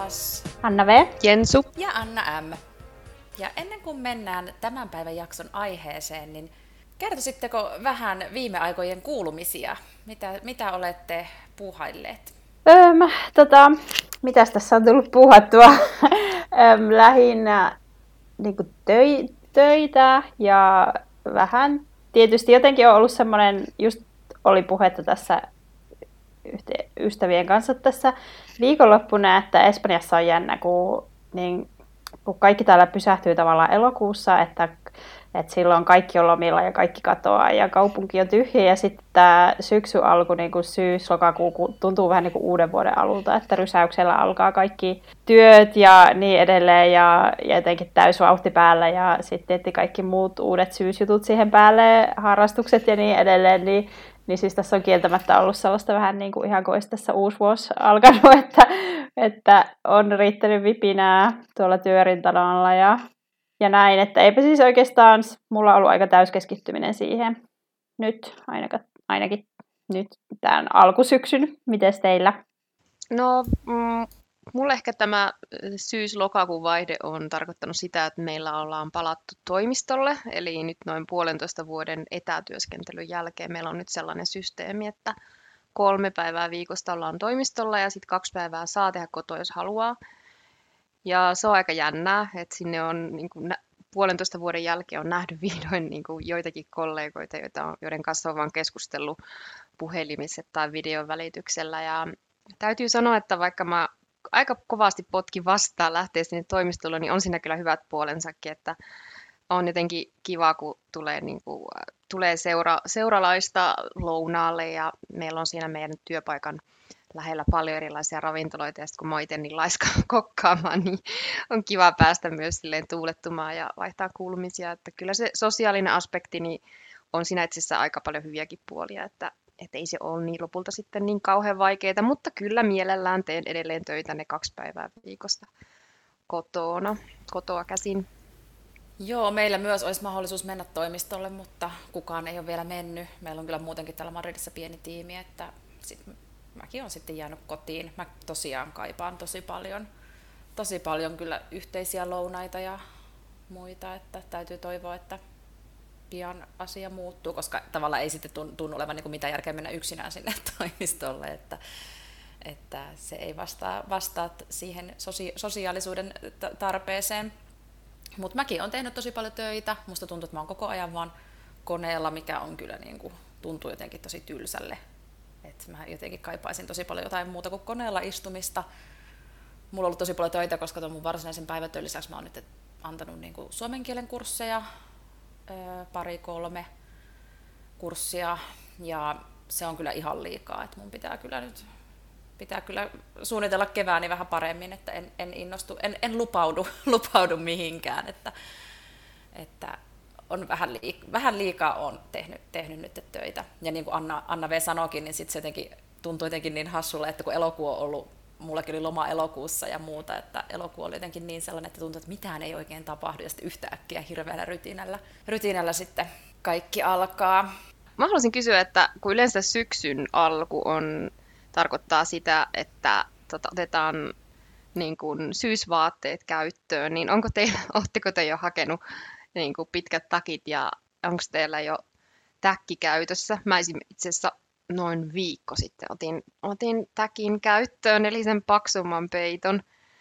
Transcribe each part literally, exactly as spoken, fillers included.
taas Anna V, Jensu ja Anna M. Ja ennen kuin mennään tämän päivän jakson aiheeseen, niin kertoisitteko vähän viime aikojen kuulumisia? Mitä, mitä olette puuhailleet? Öm, tota, mitäs tässä on tullut puhuttua? Öm, lähinnä niin kuin töi, töitä ja vähän. Tietysti jotenkin on ollut semmoinen, just oli puhetta tässä ystävien kanssa tässä viikonloppuna, että Espanjassa on jännä, kun, niin, kun kaikki täällä pysähtyy tavallaan elokuussa, että, että silloin kaikki on lomilla ja kaikki katoaa ja kaupunki on tyhjä. Ja sitten tämä syksy alku, niin kuin syys-lokakuu, tuntuu vähän niin kuin uuden vuoden alulta, että rysäyksellä alkaa kaikki työt ja niin edelleen ja, ja jotenkin täysvauhti päällä ja sitten kaikki muut uudet syysjutut siihen päälle, harrastukset ja niin edelleen. Niin Niin siis tässä on kieltämättä ollut sellaista vähän niin kuin ihan kuin olisi tässä uusi vuosi alkanut, että, että on riittänyt vipinää tuolla työrintamalla ja, ja näin. Että eipä siis oikeastaan, mulla on ollut aika täyskeskittyminen siihen nyt, ainakin, ainakin nyt tämän alkusyksyn. Mites teillä? No, mm, mulle ehkä tämä syys-lokakuun vaihde on tarkoittanut sitä, että meillä ollaan palattu toimistolle, eli nyt noin puolentoista vuoden etätyöskentelyn jälkeen meillä on nyt sellainen systeemi, että kolme päivää viikosta ollaan toimistolla ja sitten kaksi päivää saa tehdä kotoa, jos haluaa. Ja se on aika jännää, että sinne on niin kuin, puolentoista vuoden jälkeen on nähnyt vihdoin niin kuin joitakin kollegoita, joita on, joiden kanssa on vaan keskustellut puhelimissa tai videon välityksellä. Ja täytyy sanoa, että vaikka mä aika kovasti potki vastaan lähteä sinne toimistolle, niin on siinä kyllä hyvät puolensakin, että on jotenkin kiva, kun tulee, niin kuin, tulee seura, seuralaista lounaalle ja meillä on siinä meidän työpaikan lähellä paljon erilaisia ravintoloita ja sitten kun mä itse niin laiska kokkaamaan, niin on kiva päästä myös silleen tuulettumaan ja vaihtaa kuulumisia, että kyllä se sosiaalinen aspekti niin on siinä itse asiassa aika paljon hyviäkin puolia, että että ei se ole niin lopulta sitten niin kauhean vaikeaa, mutta kyllä mielellään teen edelleen töitä ne kaksi päivää viikosta kotona, kotoa käsin. Joo, meillä myös olisi mahdollisuus mennä toimistolle, mutta kukaan ei ole vielä mennyt. Meillä on kyllä muutenkin täällä Madridissa pieni tiimi, että sit mäkin olen sitten jäänyt kotiin. Mä tosiaan kaipaan tosi paljon, tosi paljon kyllä yhteisiä lounaita ja muita, että täytyy toivoa, että pian asia muuttuu, koska tavallaan ei sitten tunnu olevan niin mitään järkeä mennä yksinään sinne toimistolle, että, että se ei vastaa, vastaa siihen sosia- sosiaalisuuden tarpeeseen. Mutta mäkin olen tehnyt tosi paljon töitä, musta tuntuu, että mä oon koko ajan vaan koneella, mikä on kyllä niin kuin, tuntuu jotenkin tosi tylsälle. Et mä jotenkin kaipaisin tosi paljon jotain muuta kuin koneella istumista. Mulla on ollut tosi paljon töitä, koska tuon mun varsinaisen päivätyön lisäksi mä oon nyt antanut niin kuin suomen kielen kursseja, pari kolme kurssia ja se on kyllä ihan liikaa, että mun pitää kyllä nyt pitää kyllä suunnitella kevääni vähän paremmin, että en, en innostu, en, en lupaudu, lupaudu mihinkään, että, että on vähän, liik, vähän liikaa on tehnyt, tehnyt nyt töitä. Ja niin kuin Anna, Anna V sanoikin, niin sit se jotenkin tuntuu jotenkin niin hassulle, että kun elokuu on ollut, mullakin oli loma elokuussa ja muuta, että elokuu oli jotenkin niin sellainen, että tuntuu, että mitään ei oikein tapahdu ja sitten yhtäkkiä hirveällä rytinällä, rytinällä sitten kaikki alkaa. Mä haluaisin kysyä, että kun yleensä syksyn alku on, tarkoittaa sitä, että tota, otetaan niin kuin syysvaatteet käyttöön, niin onko teillä, ootteko te jo hakenut niin kuin pitkät takit ja onko teillä jo täkki käytössä? Mä itse asiassa noin viikko sitten otin, otin täkin käyttöön, eli sen paksumman peiton,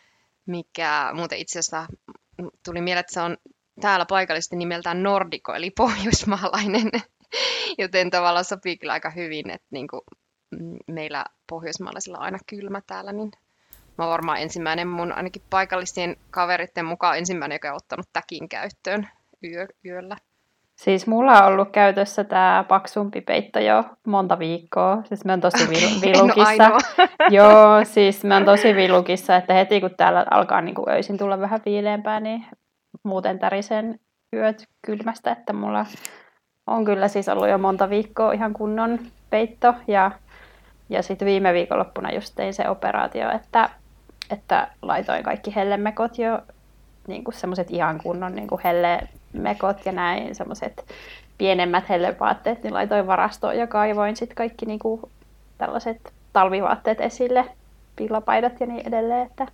mikä muuten itse asiassa tuli mieleen, että se on täällä paikallisesti nimeltään Nordico, eli pohjoismaalainen, joten tavallaan sopii kyllä aika hyvin, että niin kuin meillä pohjoismaalaisilla on aina kylmä täällä, niin mä varmaan ensimmäinen mun ainakin paikallisten kaveritten mukaan ensimmäinen, joka on ottanut täkin käyttöön yö, yöllä. Siis mulla on ollut käytössä tämä paksumpi peitto jo monta viikkoa. Siis mä oon tosi vil- vilukissa. Joo, siis mä oon tosi vilukissa, että heti kun täällä alkaa niin kuin öisin tulla vähän viileämpää, niin muuten tärisen yöt kylmästä, että mulla on kyllä siis ollut jo monta viikkoa ihan kunnon peitto. Ja, ja sitten viime viikonloppuna just tein se operaatio, että, että laitoin kaikki hellemekot jo, niin kuin semmoiset ihan kunnon niin kuin hellemekot ja näin, semmoiset pienemmät hellevaatteet, niin laitoin varastoon ja kaivoin sitten kaikki niin kuin tällaiset talvivaatteet esille, pillapaidat ja niin edelleen, että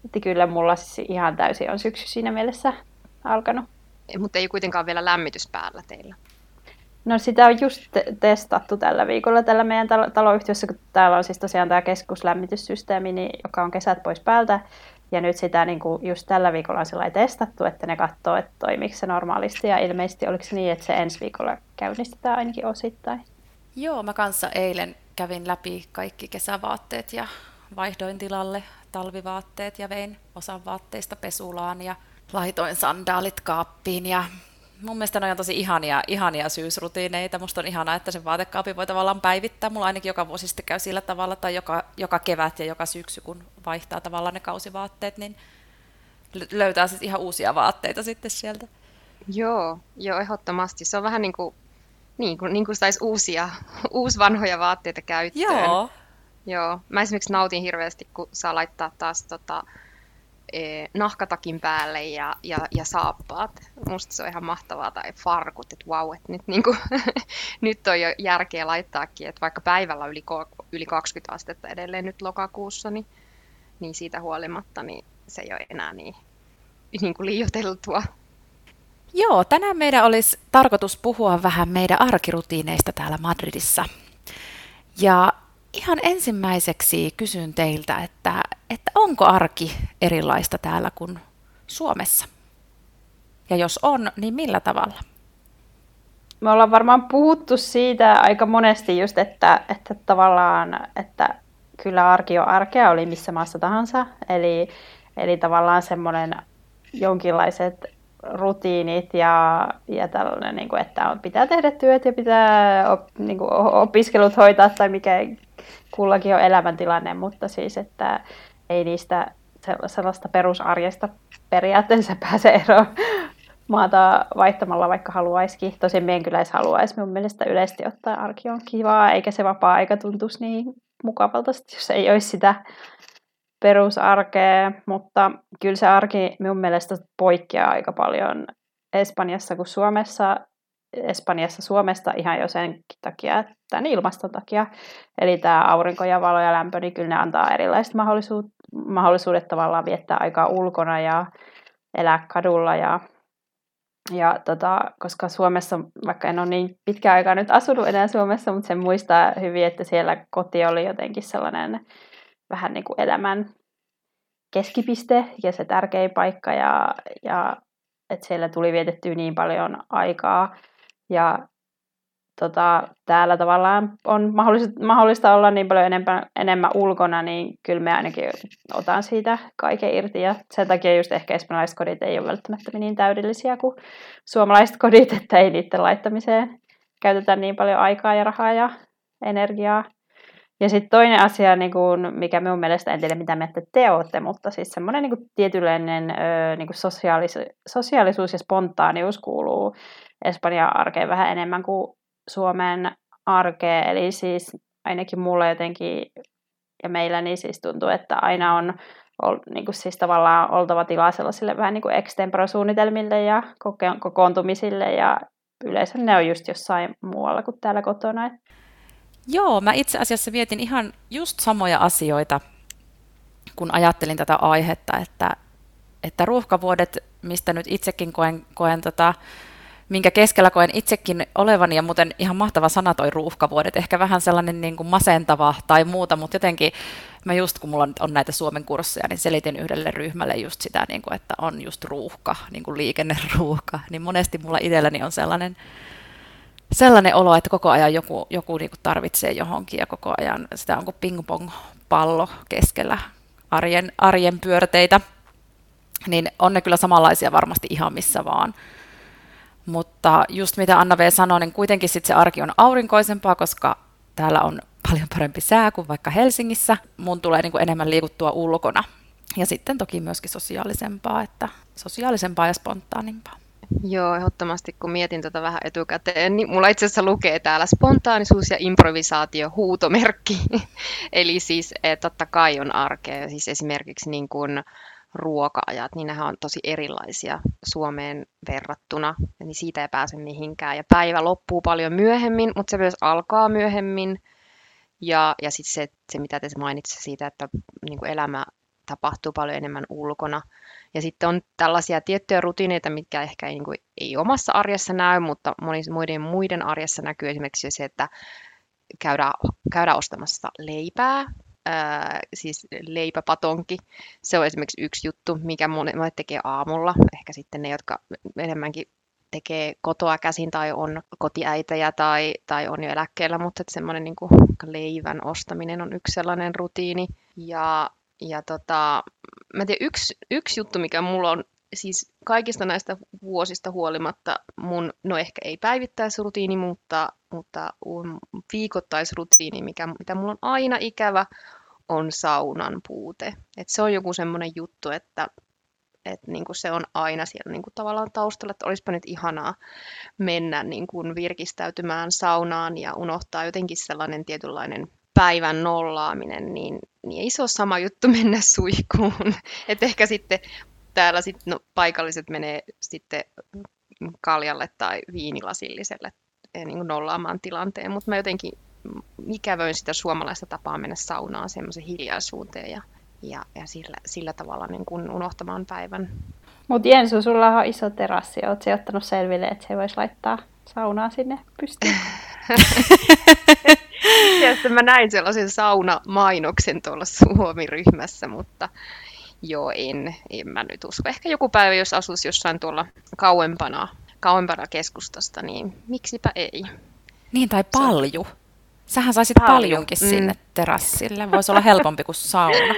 Että kyllä mulla siis ihan täysin on syksy siinä mielessä alkanut. Mutta ei kuitenkaan vielä lämmitys päällä teillä. No sitä on just te- testattu tällä viikolla tällä meidän talo- taloyhtiössä, kun täällä on siis tosiaan tämä keskuslämmityssysteemi, niin, joka on kesät pois päältä. Ja nyt sitä niin kuin just tällä viikolla on sellainen testattu, että ne katsoo, että toimiiko se normaalisti. Ja ilmeisesti oliko se niin, että se ensi viikolla käynnistetään ainakin osittain. Joo, mä kanssa eilen kävin läpi kaikki kesävaatteet ja vaihdoin tilalle talvivaatteet ja vein osan vaatteista pesulaan ja laitoin sandaalit kaappiin. Ja mun mielestä ne on tosi ihania, ihania syysrutiineita. Musta on ihanaa, että sen vaatekaapin voi tavallaan päivittää. Mulla ainakin joka vuosi sitten käy sillä tavalla, tai joka, joka kevät ja joka syksy, kun vaihtaa tavallaan ne kausivaatteet, niin löytää sitten ihan uusia vaatteita sitten sieltä. Joo, joo, ehdottomasti. Se on vähän niin kuin, niin kuin, niin kuin saisi uusia, uusvanhoja vaatteita käyttöön. Joo. Joo. Mä esimerkiksi nautin hirveästi, kun saa laittaa taas tota, eh, nahkatakin päälle ja, ja, ja saappaat. Musta se on ihan mahtavaa. Tai farkut, että vau, että nyt, niin kuin, nyt on jo järkeä laittaakin. Että vaikka päivällä yli, yli kaksikymmentä astetta edelleen nyt lokakuussa, niin, niin siitä huolimatta niin se ei ole enää niin, niin kuin liioiteltua. Joo, tänään meidän olisi tarkoitus puhua vähän meidän arkirutiineista täällä Madridissa. Ja ihan ensimmäiseksi kysyn teiltä, että, että onko arki erilaista täällä kuin Suomessa? Ja jos on, niin millä tavalla? Me ollaan varmaan puhuttu siitä aika monesti just, että, että tavallaan, että kyllä arki on arkea, oli missä maassa tahansa. Eli, eli tavallaan semmoinen jonkinlaiset rutiinit ja, ja tällainen, niin kuin, että pitää tehdä työt ja pitää op, niin kuin opiskelut hoitaa tai mikä kullakin on elämäntilanne, mutta siis, että ei niistä sellaista perusarjesta periaatteessa pääse eroon maata vaihtamalla, vaikka haluaisikin. Tosin meidän kyllä edes haluaisi. Mun mielestä yleisesti ottaen arki on kivaa, eikä se vapaa-aika tuntuisi niin mukavalta, jos ei olisi sitä perusarkea, mutta kyllä se arki minun mielestä poikkeaa aika paljon Espanjassa kuin Suomessa. Espanjassa Suomesta ihan jo sen takia, tämän ilmaston takia. Eli tämä aurinko ja valo ja lämpö, niin kyllä ne antaa erilaiset mahdollisuudet, mahdollisuudet tavallaan viettää aikaa ulkona ja elää kadulla. Ja, ja tota, koska Suomessa, vaikka en ole niin pitkä aikaa nyt asunut enää Suomessa, mutta sen muistaa hyvin, että siellä koti oli jotenkin sellainen vähän niin kuin elämän keskipiste ja se tärkein paikka ja, ja että siellä tuli vietettyä niin paljon aikaa ja tota, täällä tavallaan on mahdollista, mahdollista olla niin paljon enemmän, enemmän ulkona, niin kyllä me ainakin otan siitä kaiken irti ja sen takia just ehkä espanjalaiset kodit ei ole välttämättä niin täydellisiä kuin suomalaiset kodit, että ei niiden laittamiseen käytetä niin paljon aikaa ja rahaa ja energiaa. Ja sitten toinen asia, niin kun, mikä minun mielestä, en tiedä mitä mieltä te olette, mutta siis semmoinen niin tietynlainen ö, niin sosiaalis- sosiaalisuus ja spontaanius kuuluu Espanjan arkeen vähän enemmän kuin Suomen arkeen. Eli siis ainakin mulle jotenkin ja meillä niin siis tuntuu, että aina on niin kuin siis tavallaan oltava tilaa sellaisille vähän niin kuin extempore-suunnitelmille ja koke- kokoontumisille ja yleensä ne on just jossain muualla kuin täällä kotona. Joo, mä itse asiassa mietin ihan just samoja asioita, kun ajattelin tätä aihetta, että, että ruuhkavuodet, mistä nyt itsekin koen, koen tota, minkä keskellä koen itsekin olevani, ja muuten ihan mahtava sana toi ruuhkavuodet, ehkä vähän sellainen niin kuin masentava tai muuta, mutta jotenkin mä just kun mulla on näitä Suomen kursseja, niin selitin yhdelle ryhmälle just sitä, niin kuin, että on just ruuhka, niin kuin liikenneruuhka, niin monesti mulla itselläni on sellainen Sellainen olo, että koko ajan joku, joku niin kuin tarvitsee johonkin ja koko ajan sitä on kuin ping-pong-pallo keskellä arjen, arjen pyörteitä, niin on ne kyllä samanlaisia varmasti ihan missä vaan. Mutta just mitä Anna V sanoi, niin kuitenkin sit se arki on aurinkoisempaa, koska täällä on paljon parempi sää kuin vaikka Helsingissä. Mun tulee niin kuin enemmän liikuttua ulkona ja sitten toki myöskin sosiaalisempaa, että sosiaalisempaa ja spontaanimpaa. Joo, ehdottomasti kun mietin tätä vähän etukäteen, niin mulla itse asiassa lukee täällä spontaanisuus ja improvisaatio huutomerkki. Eli siis et, totta kai on arkea, siis esimerkiksi niin kuin ruoka-ajat, niin nehän on tosi erilaisia Suomeen verrattuna, niin siitä ei pääse mihinkään. Ja päivä loppuu paljon myöhemmin, mutta se myös alkaa myöhemmin. Ja, ja sitten se, se, mitä te mainitsitte siitä, että niin kuin elämä tapahtuu paljon enemmän ulkona. Ja sitten on tällaisia tiettyjä rutiineita, mitkä ehkä ei, niin kuin, ei omassa arjessa näy, mutta monissa muiden, muiden arjessa näkyy esimerkiksi se, että käydään, käydään ostamassa leipää, ää, siis leipäpatonki. Se on esimerkiksi yksi juttu, mikä monet tekee aamulla. Ehkä sitten ne, jotka enemmänkin tekee kotoa käsin tai on kotiäitejä tai, tai on jo eläkkeellä, mutta semmoinen niin kuin leivän ostaminen on yksi sellainen rutiini. Ja, ja tota, mä tiedän, yksi, yksi juttu, mikä mulla on siis kaikista näistä vuosista huolimatta mun, no ehkä ei päivittäisrutiini, mutta, mutta viikoittaisrutiini, mikä, mitä mulla on aina ikävä, on saunan puute. Et se on joku semmoinen juttu, että et niinku se on aina siellä niinku tavallaan taustalla, että olisipa nyt ihanaa mennä niinku virkistäytymään saunaan ja unohtaa jotenkin sellainen tietynlainen päivän nollaaminen, niin, niin ei se ole sama juttu mennä suihkuun. Et ehkä sitten täällä sit, no, paikalliset menee sitten kaljalle tai viinilasilliselle niin nollaamaan tilanteen, mutta mä jotenkin ikävöin sitä suomalaista tapaa mennä saunaan semmoisen hiljaisuuteen ja, ja, ja sillä, sillä tavalla niin kun unohtamaan päivän. Mutta Jensu, sulla on iso terassi. Oletko se ottanut selville, että se voisi laittaa saunaa sinne pystyyn? Ja mä näin sellaisen saunamainoksen tuolla Suomi-ryhmässä, mutta joo, en, en mä nyt usko. Ehkä joku päivä, jos asuisi jossain tuolla kauempana, kauempana keskustasta, niin miksipä ei. Niin, tai palju. Sähän saisit Palju. paljunkin mm. sinne terassille. Voisi olla helpompi kuin sauna.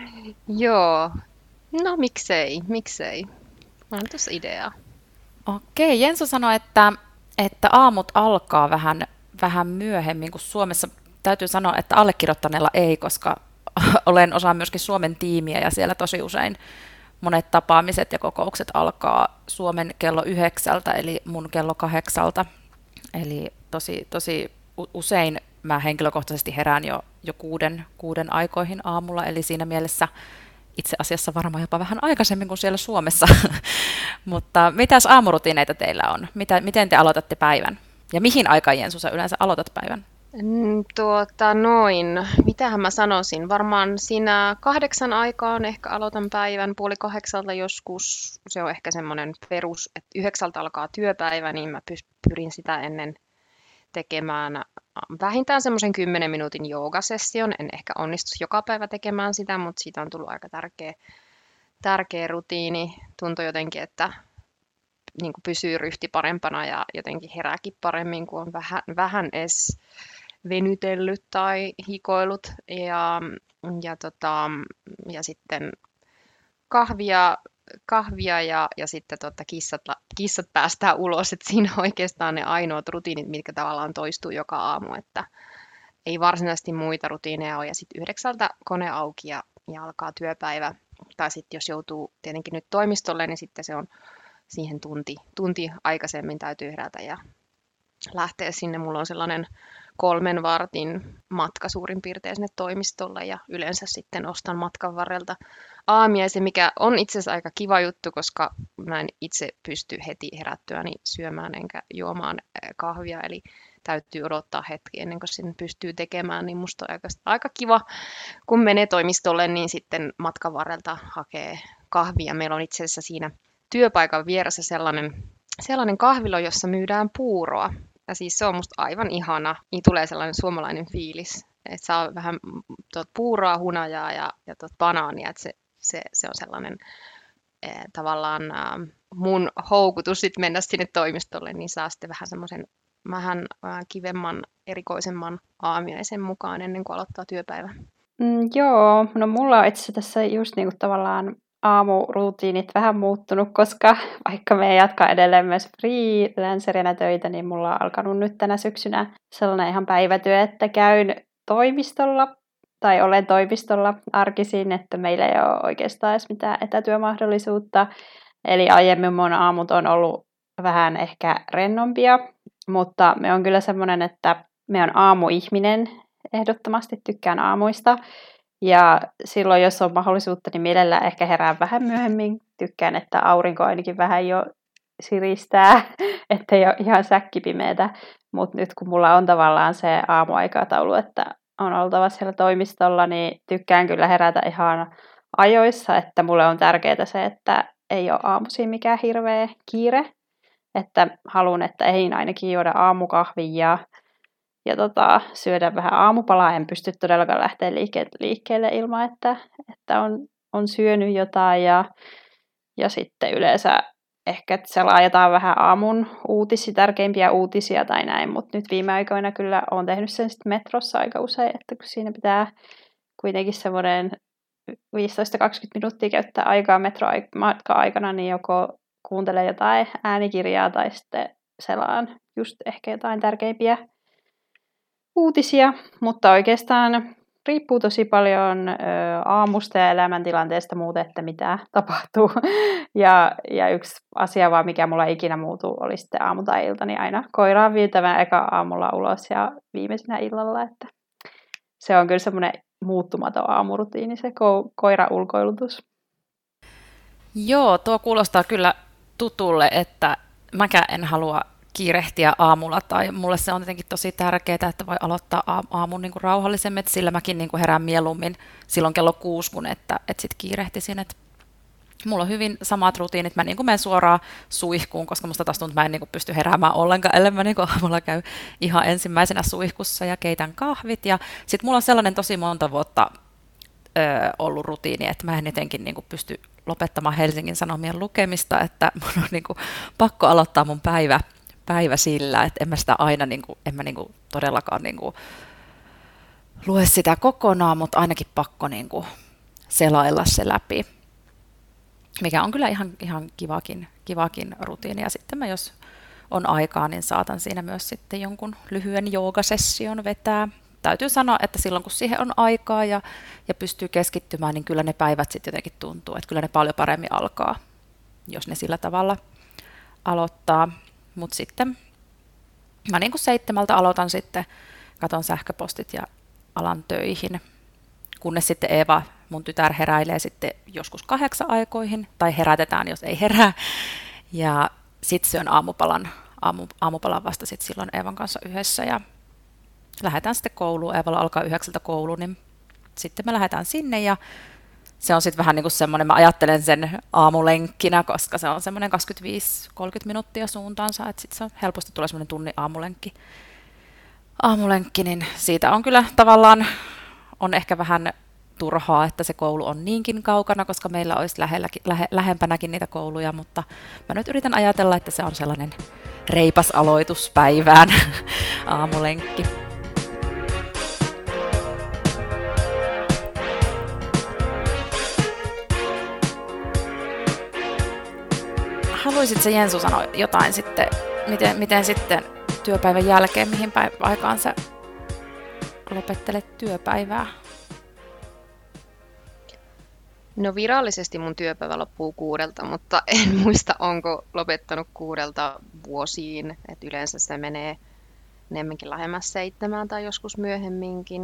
Joo. No miksei, miksei. On tuossa ideaa. Okei, Jensu sanoi, että, että aamut alkaa vähän, vähän myöhemmin kuin Suomessa. Täytyy sanoa, että allekirjoittaneella ei, koska olen osa myöskin Suomen tiimiä ja siellä tosi usein monet tapaamiset ja kokoukset alkaa Suomen kello yhdeksältä, eli mun kello kahdeksalta. Eli tosi, tosi usein mä henkilökohtaisesti herään jo, jo kuuden, kuuden aikoihin aamulla, eli siinä mielessä itse asiassa varmaan jopa vähän aikaisemmin kuin siellä Suomessa. Mutta mitäs aamurutiineita teillä on? Mitä, miten te aloitatte päivän? Ja mihin aikaan, Jensu, sä yleensä aloitat päivän? Tuota noin, mitähän mä sanoisin, varmaan siinä kahdeksan aikaan ehkä aloitan päivän, puoli kahdeksalta joskus, se on ehkä semmoinen perus, että yhdeksältä alkaa työpäivä, niin mä pyrin sitä ennen tekemään vähintään semmoisen kymmenen minuutin joogasession, en ehkä onnistu joka päivä tekemään sitä, mutta siitä on tullut aika tärkeä, tärkeä rutiini, tuntuu jotenkin, että niin kuin pysyy ryhti parempana ja jotenkin herääkin paremmin, kun on vähän, vähän edes venytellyt tai hikoillut. Ja, ja, tota, ja sitten kahvia, kahvia ja, ja sitten tota kissat, kissat päästään ulos. Et siinä on oikeastaan ne ainoat rutiinit, mitkä tavallaan toistuu joka aamu. Että ei varsinaisesti muita rutiineja ole. Ja sitten yhdeksältä kone auki ja, ja alkaa työpäivä. Tai sitten jos joutuu tietenkin nyt toimistolle, niin sitten se on siihen tunti, tunti aikaisemmin täytyy herätä ja lähteä sinne. Mulla on sellainen kolmen vartin matka suurin piirtein sinne toimistolle ja yleensä sitten ostan matkan varrelta aamiaisen, mikä on itse asiassa aika kiva juttu, koska mä en itse pysty heti herättyäni syömään enkä juomaan kahvia, eli täytyy odottaa hetki ennen kuin sen pystyy tekemään, niin musta on aika, aika kiva, kun menee toimistolle, niin sitten matkan varrelta hakee kahvia. Meillä on itse asiassa siinä työpaikan vieressä sellainen, sellainen kahvilo, jossa myydään puuroa. Ja siis se on musta aivan ihana. Niin tulee sellainen suomalainen fiilis, että saa vähän tuot puuroa, hunajaa ja, ja tuot banaania. Että se, se, se on sellainen eh, tavallaan äh, mun houkutus sit mennä sinne toimistolle, niin saa sitten vähän semmoisen vähän äh, kivemman, erikoisemman aamiaisen mukaan ennen kuin aloittaa työpäivän. Mm, joo, no mulla on itse tässä just niinku tavallaan aamurutiinit vähän muuttunut, koska vaikka me jatkaa edelleen myös freelancerina töitä, niin mulla on alkanut nyt tänä syksynä sellainen ihan päivätyö, että käyn toimistolla tai olen toimistolla arkisin, että meillä ei ole oikeastaan edes mitään etätyömahdollisuutta. Eli aiemmin mun aamut on ollut vähän ehkä rennompia, mutta me on kyllä semmoinen, että me on aamuihminen, ehdottomasti tykkään aamuista. Ja silloin, jos on mahdollisuutta, niin mielellään ehkä herään vähän myöhemmin. Tykkään, että aurinko ainakin vähän jo siristää, ettei ole ihan säkkipimeätä. Mutta nyt kun mulla on tavallaan se aamuaikataulu, että on oltava siellä toimistolla, niin tykkään kyllä herätä ihan ajoissa, että mulle on tärkeää se, että ei ole aamuisin mikään hirveä kiire, että haluan, että ei ainakin juoda aamukahvia ja, ja tota, syödä vähän aamupalaa. En pysty todellakaan lähteä liike- liikkeelle ilman, että, että on, on syönyt jotain ja, ja sitten yleensä ehkä selaajataan vähän aamun uutisia, tärkeimpiä uutisia tai näin, mutta nyt viime aikoina kyllä olen tehnyt sen sitten metrossa aika usein, että kun siinä pitää kuitenkin semmoinen viisitoista kaksikymmentä minuuttia käyttää aikaa metromatka-aikana, niin joko kuuntelee jotain äänikirjaa tai sitten selaan just ehkä jotain tärkeimpiä uutisia, mutta oikeastaan riippuu tosi paljon ö, aamusta ja elämäntilanteesta muuten, että mitä tapahtuu. ja, ja yksi asia vaan, mikä mulla ikinä muutuu, oli sitten aamu tai ilta, niin aina koiraa vietävän eka aamulla ulos ja viimeisenä illalla. Että se on kyllä semmoinen muuttumaton aamurutiini, se ko- koira-ulkoilutus. Joo, tuo kuulostaa kyllä tutulle, että mäkään en halua kiirehtiä aamulla, tai mulle se on jotenkin tosi tärkeää, että voi aloittaa aamun niin kuin rauhallisemmin, että sillä mäkin niin kuin herään mieluummin silloin kello kuusi, kun että, että sit kiirehtisin. Että mulla on hyvin samat rutiinit, mä niin kuin menen suoraan suihkuun, koska musta taas tuntuu, että mä en niin kuin pysty heräämään ollenkaan, ellei mä niin kuin aamulla käy ihan ensimmäisenä suihkussa ja keitän kahvit, ja sitten mulla on sellainen tosi monta vuotta ö, ollut rutiini, että mä en jotenkin niin kuin pysty lopettamaan Helsingin Sanomien lukemista, että mun on niin kuin pakko aloittaa mun päivä päivä sillä, että en mä sitä aina, niin kuin, en mä niin kuin todellakaan niin kuin lue sitä kokonaan, mutta ainakin pakko niin kuin selailla se läpi, mikä on kyllä ihan, ihan kivakin, kivakin rutiini. Ja sitten mä, jos on aikaa, niin saatan siinä myös sitten jonkun lyhyen joogasession vetää. Täytyy sanoa, että silloin kun siihen on aikaa ja, ja pystyy keskittymään, niin kyllä ne päivät sitten jotenkin tuntuu, että kyllä ne paljon paremmin alkaa, jos ne sillä tavalla aloittaa. Mutta sitten mä niin kuin seitsemältä aloitan sitten, katon sähköpostit ja alan töihin, kunnes sitten Eeva, mun tytär, heräilee sitten joskus kahdeksan aikoihin, tai herätetään, jos ei herää. Ja sitten syön aamupalan, aamu, aamupalan vasta sitten silloin Eevan kanssa yhdessä, ja lähdetään sitten kouluun. Eevalla alkaa yhdeksältä koulu, niin sitten me lähdetään sinne, ja se on sitten vähän niin kuin semmoinen, mä ajattelen sen aamulenkkinä, koska se on semmoinen kaksikymmentäviisi kolmekymmentä minuuttia suuntaansa, että sitten se helposti tulee semmoinen tunnin aamulenkki. Aamulenkki, niin siitä on kyllä tavallaan, on ehkä vähän turhaa, että se koulu on niinkin kaukana, koska meillä olisi lähelläkin, lähe, lähempänäkin niitä kouluja, mutta mä nyt yritän ajatella, että se on sellainen reipas aloitus päivään aamulenkki. Haluaisitko Jensu sanoa jotain sitten, miten, miten sitten työpäivän jälkeen, mihin päiv- aikaan sä lopettelet työpäivää? No virallisesti mun työpäivä loppuu kuudelta, mutta en muista, onko lopettanut kuudelta vuosiin. Et yleensä se menee enemmänkin lähemmäs seitsemään tai joskus myöhemminkin.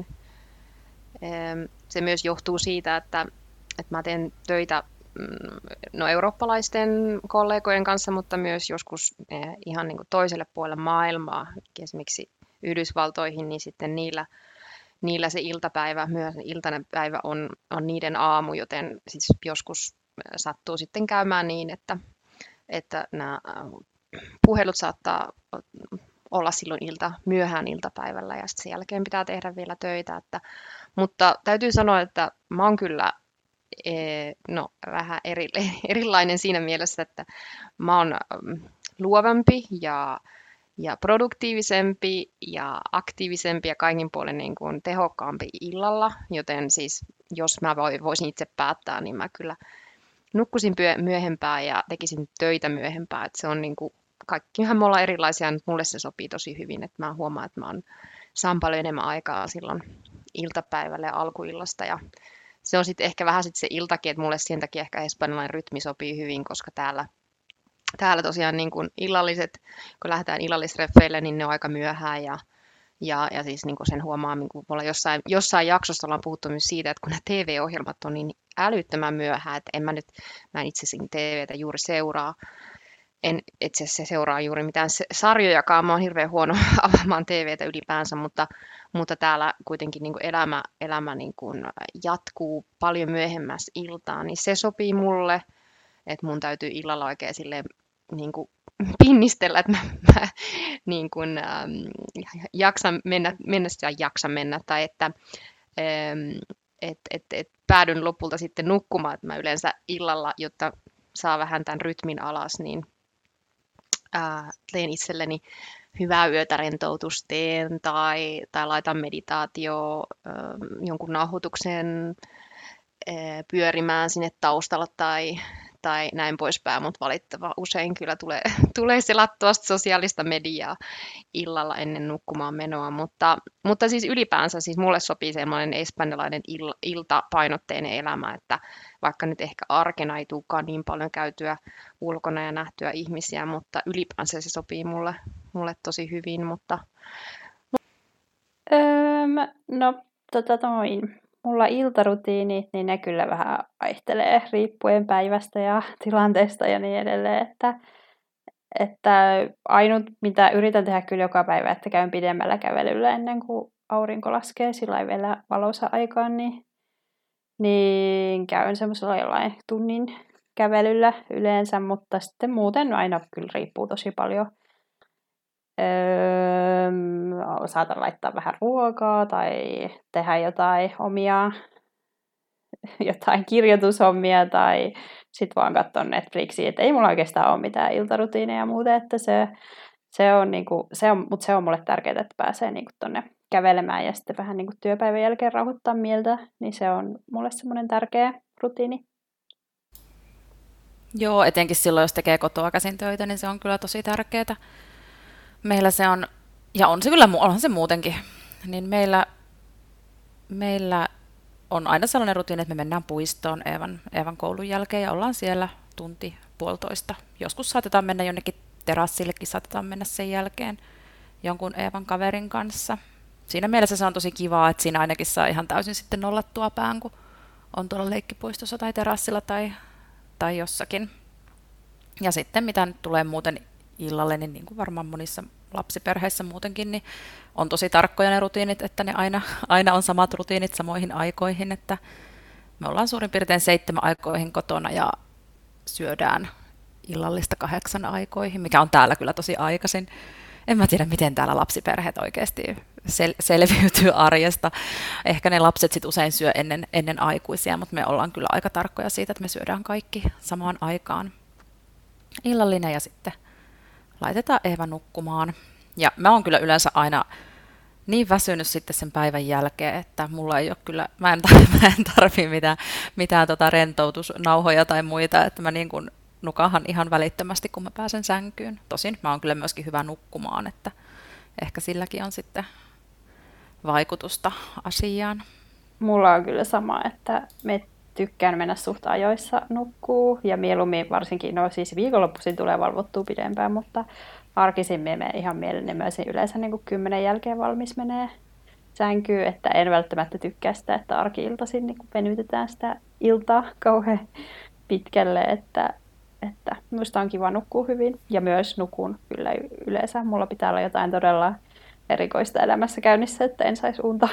Se myös johtuu siitä, että, että mä teen töitä no, eurooppalaisten kollegojen kanssa, mutta myös joskus ihan niin kuin toiselle puolelle maailmaa, esimerkiksi Yhdysvaltoihin, niin sitten niillä, niillä se iltapäivä, myös iltainen päivä on, on niiden aamu, joten siis joskus sattuu sitten käymään niin, että, että nämä puhelut saattaa olla silloin ilta, myöhään iltapäivällä ja sitten sen jälkeen pitää tehdä vielä töitä. Että, mutta täytyy sanoa, että mä oon kyllä no, vähän eri, erilainen siinä mielessä, että mä oon luovampi ja, ja produktiivisempi ja aktiivisempi ja kaikin puolin niin kuin tehokkaampi illalla, joten siis jos mä voisin itse päättää, niin mä kyllä nukkusin myöhempään ja tekisin töitä myöhempään, että se on niin kuin, kaikkihan me ollaan erilaisia, mutta mulle se sopii tosi hyvin, että mä huomaan, että mä on, saan paljon enemmän aikaa silloin iltapäivällä ja alkuillasta ja se on sitten ehkä vähän sit se iltakin, että mulle sen takia ehkä espanjalainen rytmi sopii hyvin, koska täällä, täällä tosiaan niin kun illalliset, kun lähdetään illallisreffeille, niin ne on aika myöhään ja, ja, ja siis niin kun sen huomaa, niin kun mulla jossain, jossain jaksossa ollaan puhuttu myös siitä, että kun nämä T V-ohjelmat on niin älyttömän myöhään, että en mä nyt, mä en itse siinä T V:tä juuri seuraa, en itse asiassa seuraa juuri mitään se- sarjojakaan. Mä oon hirveän huono avaamaan T V:tä ylipäänsä, mutta, mutta täällä kuitenkin niin kuin elämä, elämä niin kuin jatkuu paljon myöhemmässä iltaan, niin se sopii mulle, että mun täytyy illalla oikein silleen niin kuin pinnistellä, että mä, mä niin kuin, ähm, jaksan mennä, mennä ja jaksan mennä, tai että ähm, et, et, et päädyn lopulta sitten nukkumaan, että mä yleensä illalla, jotta saa vähän tämän rytmin alas, niin ää, teen itselleni hyvää yötä rentoutusteen tai, tai laitan meditaatio ää, jonkun nauhoituksen ää, pyörimään sinne taustalla tai, tai näin poispäin, mutta valittava usein kyllä tulee, tulee selattua sosiaalista mediaa illalla ennen nukkumaan menoa, mutta, mutta siis ylipäänsä siis mulle sopii semmoinen espanjalainen il, iltapainotteinen elämä, että vaikka nyt ehkä arkena ei tulekaan niin paljon käytyä ulkona ja nähtyä ihmisiä, mutta ylipäänsä se sopii mulle, mulle tosi hyvin, mutta Öm, no, tota noin. Mulla iltarutiinit, niin ne kyllä vähän vaihtelee riippuen päivästä ja tilanteesta ja niin edelleen. Että, että ainut, mitä yritän tehdä kyllä joka päivä, että käyn pidemmällä kävelyllä ennen kuin aurinko laskee sillä vielä valoisa aikaan, niin, niin käyn semmoisella jollain tunnin kävelyllä yleensä, mutta sitten muuten aina kyllä riippuu tosi paljon. Öö, saatan laittaa vähän ruokaa tai tehdä jotain omia jotain kirjoitushommia tai sit vaan katsoa Netflixiä. Et ei mulla oikeastaan ole mitään iltarutiineja ja muuta, että se, se on niinku, se on, mut se on mulle tärkeää, että pääsee niinku tonne kävelemään ja sitten vähän niinku työpäivän jälkeen rauhoittaa mieltä, niin se on mulle semmoinen tärkeä rutiini. Joo, etenkin silloin, jos tekee kotoa käsin töitä, niin se on kyllä tosi tärkeää. Meillä se on, ja on se kyllä, onhan se muutenkin, niin meillä, meillä on aina sellainen rutiini, että me mennään puistoon Eevan, Eevan koulun jälkeen ja ollaan siellä tunti puolitoista. Joskus saatetaan mennä jonnekin terassillekin, saatetaan mennä sen jälkeen jonkun Eevan kaverin kanssa. Siinä mielessä se on tosi kivaa, että siinä ainakin saa ihan täysin sitten nollattua pään, kun on tuolla leikkipuistossa tai terassilla tai, tai jossakin. Ja sitten mitä nyt tulee muuten illalle, niin, niin kuin varmaan monissa lapsiperheissä muutenkin, niin on tosi tarkkoja ne rutiinit, että ne aina, aina on samat rutiinit samoihin aikoihin, että me ollaan suurin piirtein seitsemän aikoihin kotona ja syödään illallista kahdeksan aikoihin, mikä on täällä kyllä tosi aikaisin. En mä tiedä, miten täällä lapsiperheet oikeasti sel- selviytyy arjesta. Ehkä ne lapset sit usein syö ennen, ennen aikuisia, mutta me ollaan kyllä aika tarkkoja siitä, että me syödään kaikki samaan aikaan. Illallinen ja sitten laitetaan Eeva nukkumaan. Ja mä oon kyllä yleensä aina niin väsynyt sitten sen päivän jälkeen, että mulla ei ole kyllä, mä en, tar- mä en tarvii mitään, mitään tota rentoutusnauhoja tai muita, että mä niin kuin nukahan ihan välittömästi, kun mä pääsen sänkyyn. Tosin mä oon kyllä myöskin hyvä nukkumaan, että ehkä silläkin on sitten vaikutusta asiaan. Mulla on kyllä sama, että me tykkään mennä suht ajoissa nukkuu ja mieluummin varsinkin, no siis viikonloppuisin tulee valvottua pidempään, mutta arkisin me menen ihan mielelläni myös yleensä niin kuin kymmenen jälkeen valmis menee sänkyyn, että en välttämättä tykkää sitä, että arki-iltaisin niin kuin venytetään sitä iltaa kauhean pitkälle, että, että minusta on kiva nukkua hyvin ja myös nukun kyllä yleensä. Mulla pitää olla jotain todella erikoista elämässä käynnissä, että en saisi unta.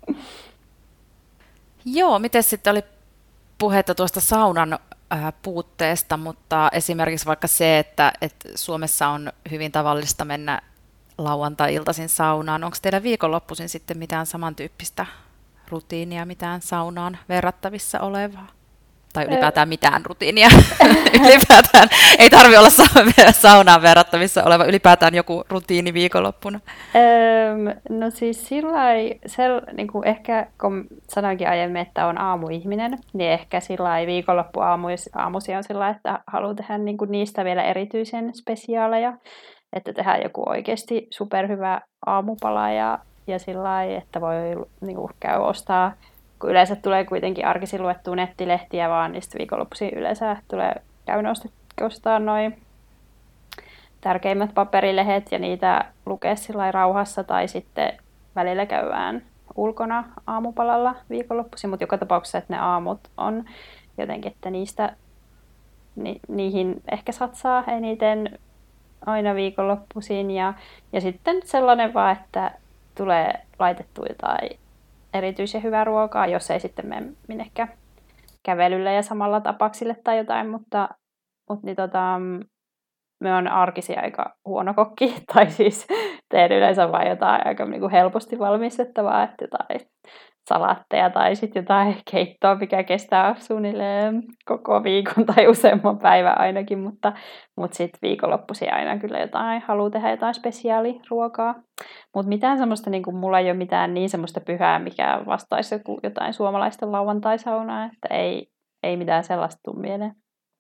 Joo, miten sitten oli puhetta tuosta saunan ää, puutteesta, mutta esimerkiksi vaikka se, että, että Suomessa on hyvin tavallista mennä lauantai-iltaisin saunaan. Onko teillä viikonloppuisin sitten mitään samantyyppistä rutiinia, mitään saunaan verrattavissa olevaa? Tai ylipäätään mitään rutiinia. ylipäätään ei tarvitse olla saunaan verrattavissa oleva, ylipäätään joku rutiini viikonloppuna. Öm, no siis sillai, sel, niin kuin ehkä kun sanoinkin aiemmin, että on aamuihminen, niin ehkä sillai viikonloppu aamuisia on sillä, että haluaa tehdä niin kuin niistä vielä erityisen spesiaaleja, että tehdään joku oikeasti superhyvä aamupala ja, ja sillai, että voi niin kuin käy ostaa, kun yleensä tulee kuitenkin arkisin luettua nettilehtiä vaan, niin sitten viikonloppuisin yleensä tulee käyn ostaa noin tärkeimmät paperilehet ja niitä lukea sillä rauhassa tai sitten välillä käydään ulkona aamupalalla viikonloppuisin, mutta joka tapauksessa, että ne aamut on jotenkin, että niistä ni, niihin ehkä satsaa eniten aina viikonloppuisin. Ja, ja sitten sellainen vaan, että tulee laitettua jotain erityisen hyvää ruokaa, jos ei sitten mene minnekään kävelylle ja samalla tapaksille tai jotain, mutta, mutta niin tota, me on arkisin aika huono kokki, tai siis teen yleensä vain jotain aika niin kuin helposti valmistettavaa, että jotain salaatteja tai sitten jotain keittoa, mikä kestää suunnilleen koko viikon tai useamman päivän ainakin, mutta, mutta sitten viikonloppuisin aina kyllä jotain, haluaa tehdä jotain spesiaaliruokaa. Mutta mitään semmoista, niin kuin mulla ei ole mitään niin semmoista pyhää, mikä vastaisi jotain suomalaista lauantaisaunaa, että ei, ei mitään sellaista tule mieleen.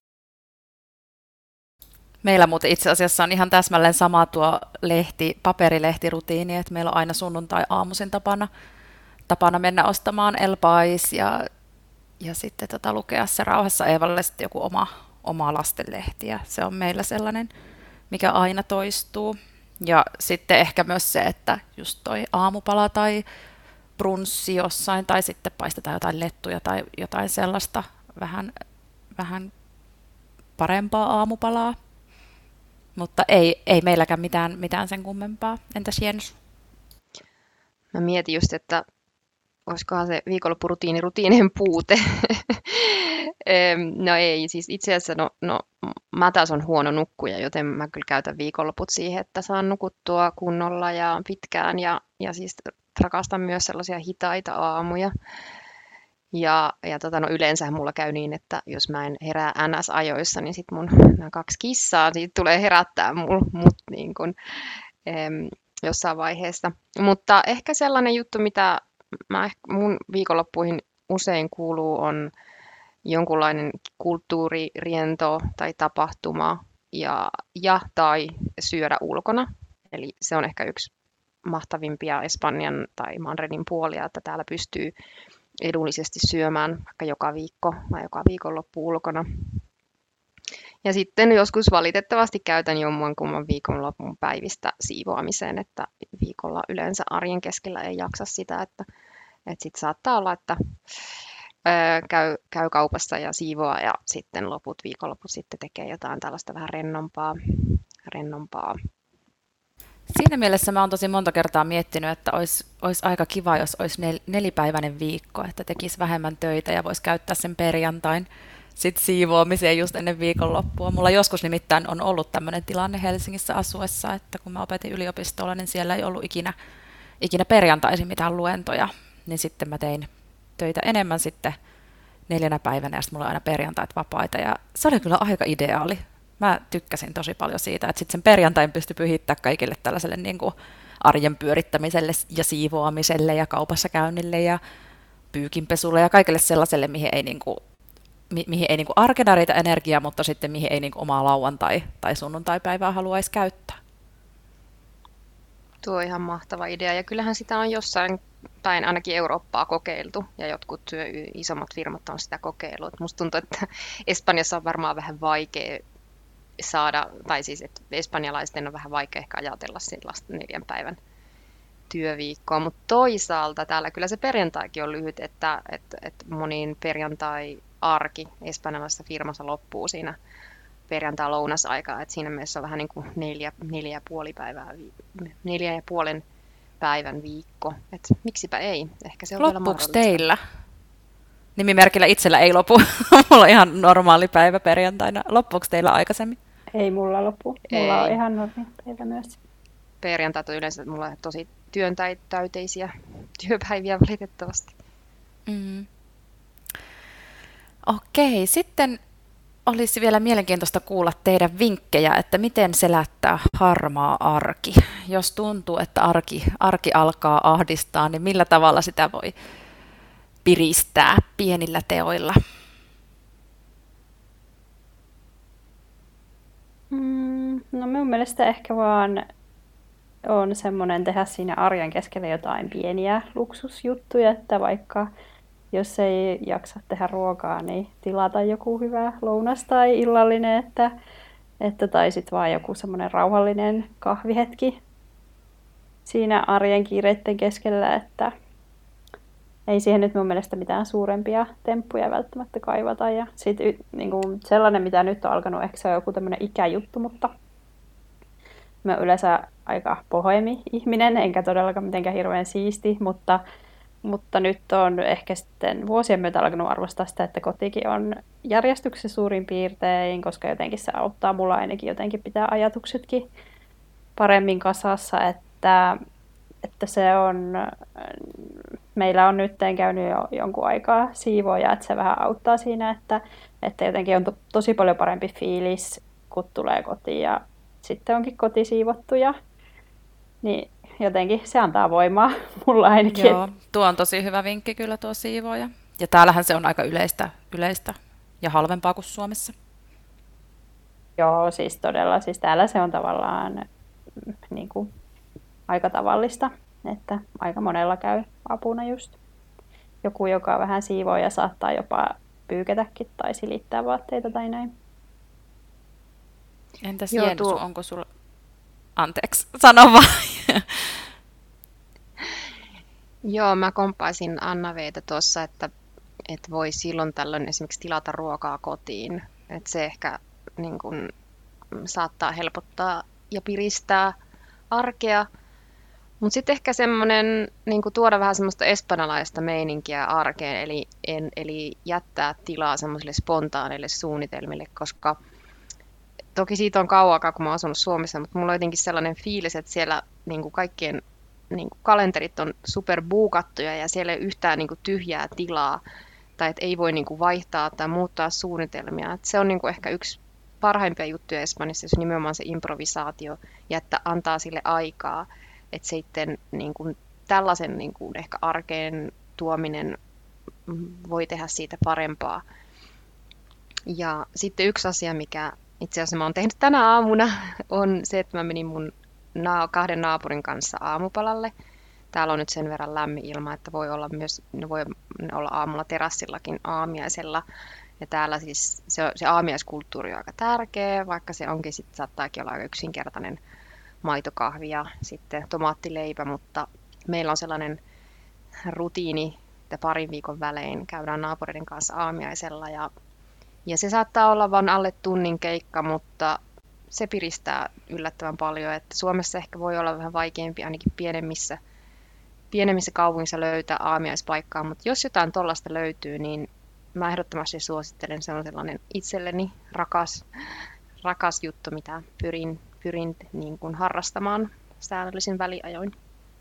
Meillä muuten itse asiassa on ihan täsmälleen sama tuo lehti, paperilehtirutiini, että meillä on aina sunnuntai-aamuisin tapana, tapana mennä ostamaan El Pais ja, ja sitten tota, lukea se rauhassa Eevalle sitten joku oma, oma lastenlehti. Ja se on meillä sellainen, mikä aina toistuu. Ja sitten ehkä myös se, että just toi aamupala tai brunssi jossain, tai sitten paistetaan jotain lettuja tai jotain sellaista vähän, vähän parempaa aamupalaa. Mutta ei, ei meilläkään mitään, mitään sen kummempaa. Entäs Jens? Mä mietin just, että olisikohan se viikonloppurutiini rutiinien puute. No ei, siis itse asiassa no, no, mä taas on huono nukkuja, joten mä kyllä käytän viikonloput siihen, että saan nukuttua kunnolla ja pitkään. Ja, ja siis rakastan myös sellaisia hitaita aamuja. Ja, ja tota, no yleensä mulla käy niin, että jos mä en herää N S-ajoissa, niin sit mun nämä kaksi kissaa siitä tulee herättää mul, mut niin kun, em, jossain vaiheessa. Mutta ehkä sellainen juttu, mitä mä, mun viikonloppuihin usein kuuluu, on jonkunlainen kulttuuririento tai tapahtuma ja, ja tai syödä ulkona. Eli se on ehkä yksi mahtavimpia Espanjan tai Madridin puolia, että täällä pystyy edullisesti syömään vaikka joka viikko tai joka viikonloppu ulkona. Ja sitten joskus valitettavasti käytän jomman kumman viikonlopun päivistä siivoamiseen, että viikolla yleensä arjen keskellä ei jaksa sitä, että, että sitten saattaa olla, että ää, käy, käy kaupassa ja siivoaa ja sitten loput viikonloput sitten tekee jotain tällaista vähän rennompaa, rennompaa. Siinä mielessä mä oon tosi monta kertaa miettinyt, että olisi, olisi aika kiva, jos olisi nel, nelipäiväinen viikko, että tekisi vähemmän töitä ja voisi käyttää sen perjantain sit siivoamiseen just ennen viikonloppua. Mulla joskus nimittäin on ollut tämmöinen tilanne Helsingissä asuessa, että kun mä opetin yliopistolla, niin siellä ei ollut ikinä, ikinä perjantaisin mitään luentoja, niin sitten mä tein töitä enemmän sitten neljänä päivänä ja sitten mulla oli aina perjantait vapaita ja se oli kyllä aika ideaali. Mä tykkäsin tosi paljon siitä, että sitten sen perjantain pystyi pyhittämään kaikille tällaiselle niin kuin arjen pyörittämiselle ja siivoamiselle ja kaupassa käynnille ja pyykinpesulle ja kaikille sellaiselle, mihin ei, niin kuin, mi- mihin ei niin kuin arkena riitä energiaa, mutta sitten mihin ei niin kuin omaa lauantai- tai sunnuntaipäivää haluaisi käyttää. Tuo on ihan mahtava idea ja kyllähän sitä on jossain päin ainakin Eurooppaa kokeiltu ja jotkut isommat firmat on sitä kokeillut. Musta tuntuu, että Espanjassa on varmaan vähän vaikea saada, tai siis että espanjalaisten on vähän vaikea ehkä ajatella sellaista neljän päivän työviikkoa, mutta toisaalta täällä kyllä se perjantaikin on lyhyt, että, että, että moniin perjantai-arki espanjalaisessa firmassa loppuu siinä perjantai-lounasaikaa, että siinä mielessä on vähän niin kuin neljä, neljä ja puoli päivää, neljä ja puolen päivän viikko, että miksipä ei, ehkä se on vielä Loppuuko mahdollista. teillä? Nimimerkillä itsellä ei lopu. Mulla on ihan normaali päivä perjantaina. Loppuuko teillä aikaisemmin? Ei mulla lopu. Mulla Ei. on ihan normi päivä myös. Perjantait on yleensä mulla on tosi työntäyteisiä työpäiviä valitettavasti. Mm. Okei, sitten olisi vielä mielenkiintoista kuulla teidän vinkkejä, että miten selättää harmaa arki. Jos tuntuu, että arki, arki alkaa ahdistaa, niin millä tavalla sitä voi piristää pienillä teoilla? Mm, no minun mielestä ehkä vaan on semmoinen tehdä siinä arjen keskellä jotain pieniä luksusjuttuja, että vaikka jos ei jaksa tehdä ruokaa, niin tilata joku hyvä lounas tai illallinen, että, että tai sitten vaan joku semmoinen rauhallinen kahvihetki siinä arjen kiireiden keskellä, että ei siihen nyt mun mielestä mitään suurempia temppuja välttämättä kaivata. Ja sitten niin kuin sellainen, mitä nyt on alkanut, ehkä se on joku tämmöinen ikäjuttu, mutta mä oon yleensä aika bohemi-ihminen, enkä todellakaan mitenkään hirveän siisti, mutta, mutta nyt on ehkä sitten vuosien myötä alkanut arvostaa sitä, että kotikin on järjestyksessä suurin piirtein, koska jotenkin se auttaa mulla ainakin jotenkin pitää ajatuksetkin paremmin kasassa, että, että se on, meillä on nyt käynyt jo jonkun aikaa siivoja, että se vähän auttaa siinä, että, että jotenkin on to, tosi paljon parempi fiilis, kun tulee kotiin ja sitten onkin koti siivottu ja niin jotenkin se antaa voimaa mulla ainakin. Joo, tuo on tosi hyvä vinkki kyllä tuo siivooja. Ja täällähän se on aika yleistä, yleistä ja halvempaa kuin Suomessa. Joo, siis todella. Siis täällä se on tavallaan niin kuin, aika tavallista, että aika monella käy apuna just. Joku, joka vähän siivoo ja saattaa jopa pyykätäkin tai silittää vaatteita tai näin. Entäs Jensu, tuo... onko sulla... Anteeksi, sano vaan. Joo, mä kompaisin Anna-Veetä tuossa, että, että voi silloin tällöin esimerkiksi tilata ruokaa kotiin. Että se ehkä niin kun, saattaa helpottaa ja piristää arkea. Mutta sitten ehkä semmoinen, niin tuoda vähän semmoista espanjalaista meininkiä arkeen, eli, en, eli jättää tilaa semmoisille spontaaneille suunnitelmille, koska toki siitä on kauan aikaa, kun mä oon asunut Suomessa, mutta mulla on jotenkin sellainen fiilis, että siellä niin kuin kaikkien niin kuin kalenterit on superbuukattuja ja siellä ei ole yhtään niin kuin tyhjää tilaa tai että ei voi niin kuin vaihtaa tai muuttaa suunnitelmia. Et se on niin kuin ehkä yksi parhaimpia juttuja Espanjassa, jos nimenomaan se improvisaatio ja että antaa sille aikaa, että sitten niin kuin tällaisen niin kuin ehkä arkeen tuominen voi tehdä siitä parempaa. Ja sitten yksi asia, mikä itse asiassa mä oon tehnyt tänä aamuna, on se, että mä menin mun na- kahden naapurin kanssa aamupalalle. Täällä on nyt sen verran lämmin ilma, että voi olla myös ne voi olla aamulla terassillakin aamiaisella. Ja täällä siis se, se aamiaiskulttuuri on aika tärkeä, vaikka se onkin sitten saattaakin olla aika yksinkertainen maitokahvi ja sitten tomaattileipä, mutta meillä on sellainen rutiini, että parin viikon välein käydään naapureiden kanssa aamiaisella ja Ja se saattaa olla vain alle tunnin keikka, mutta se piristää yllättävän paljon. Että Suomessa ehkä voi olla vähän vaikeampi ainakin pienemmissä, pienemmissä kaupungissa löytää aamiaispaikkaa, mutta jos jotain tollaista löytyy, niin mä ehdottomasti suosittelen. Se on sellainen itselleni rakas, rakas juttu, mitä pyrin, pyrin niin kuin harrastamaan säännöllisin väliajoin.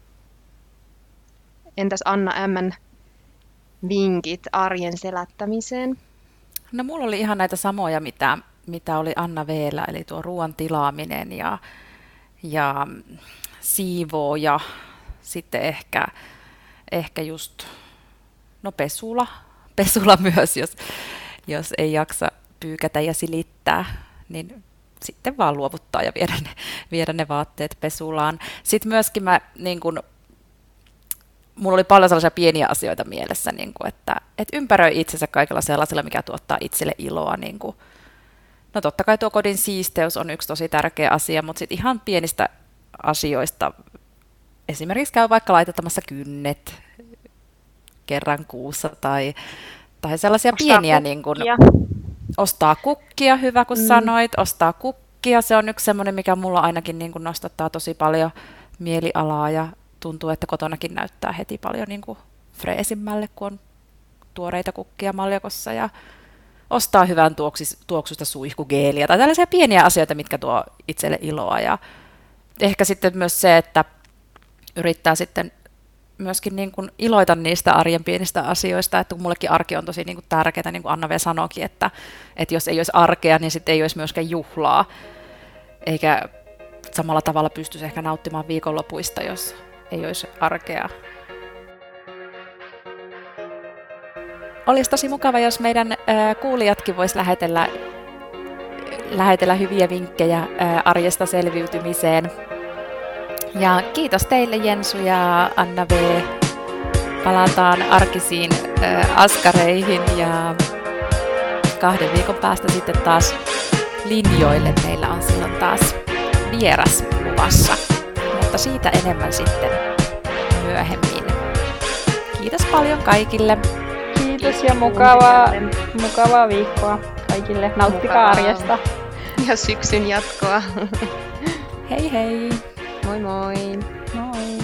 Entäs Anna M:n vinkit arjen selättämiseen? No mulla oli ihan näitä samoja, mitä, mitä oli Anna V:llä, eli tuo ruoan tilaaminen ja, ja siivoo ja sitten ehkä, ehkä just no pesula, pesula myös, jos, jos ei jaksa pyykätä ja silittää, niin sitten vaan luovuttaa ja viedä ne, viedä ne vaatteet pesulaan. Sitten myöskin mä niin kun, mulla oli paljon sellaisia pieniä asioita mielessä, niin kuin, että, että ympäröi itsensä kaikella sellaisella, mikä tuottaa itselle iloa. Niin kuin. No totta kai tuo kodin siisteys on yksi tosi tärkeä asia, mutta sitten ihan pienistä asioista. Esimerkiksi käy vaikka laitettamassa kynnet kerran kuussa tai, tai sellaisia ostaa pieniä. Niin kuin, ostaa kukkia, hyvä kun mm. sanoit, ostaa kukkia. Se on yksi semmoinen, mikä mulla ainakin niin kuin nostattaa tosi paljon mielialaa ja tuntuu, että kotonakin näyttää heti paljon niin kuin freesimmälle, kun on tuoreita kukkia maljakossa ja ostaa hyvän tuoksis, tuoksusta suihkugeeliä tai tällaisia pieniä asioita, mitkä tuo itselle iloa. Ja ehkä sitten myös se, että yrittää sitten myöskin niin kuin iloita niistä arjen pienistä asioista, että kun mullekin arki on tosi niin kuin tärkeää, niin kuin Anna V sanoikin, että, että jos ei olisi arkea, niin sitten ei olisi myöskään juhlaa, eikä samalla tavalla pystyisi ehkä nauttimaan viikonlopuista, jos ei olisi arkea. Olisi tosi mukava, jos meidän äh, kuulijatkin vois lähetellä, lähetellä hyviä vinkkejä äh, arjesta selviytymiseen. Ja kiitos teille Jensu ja Anna V. Palataan arkisiin äh, askareihin ja kahden viikon päästä sitten taas linjoille. Meillä on silloin taas vieras luvassa, mutta siitä enemmän sitten myöhemmin. Kiitos. paljon kaikille. Kiitos ja mukavaa, mukavaa viikkoa kaikille. Nauttikaa Mukavaa. arjesta. Ja syksyn jatkoa. Hei hei! Moi moi! Moi!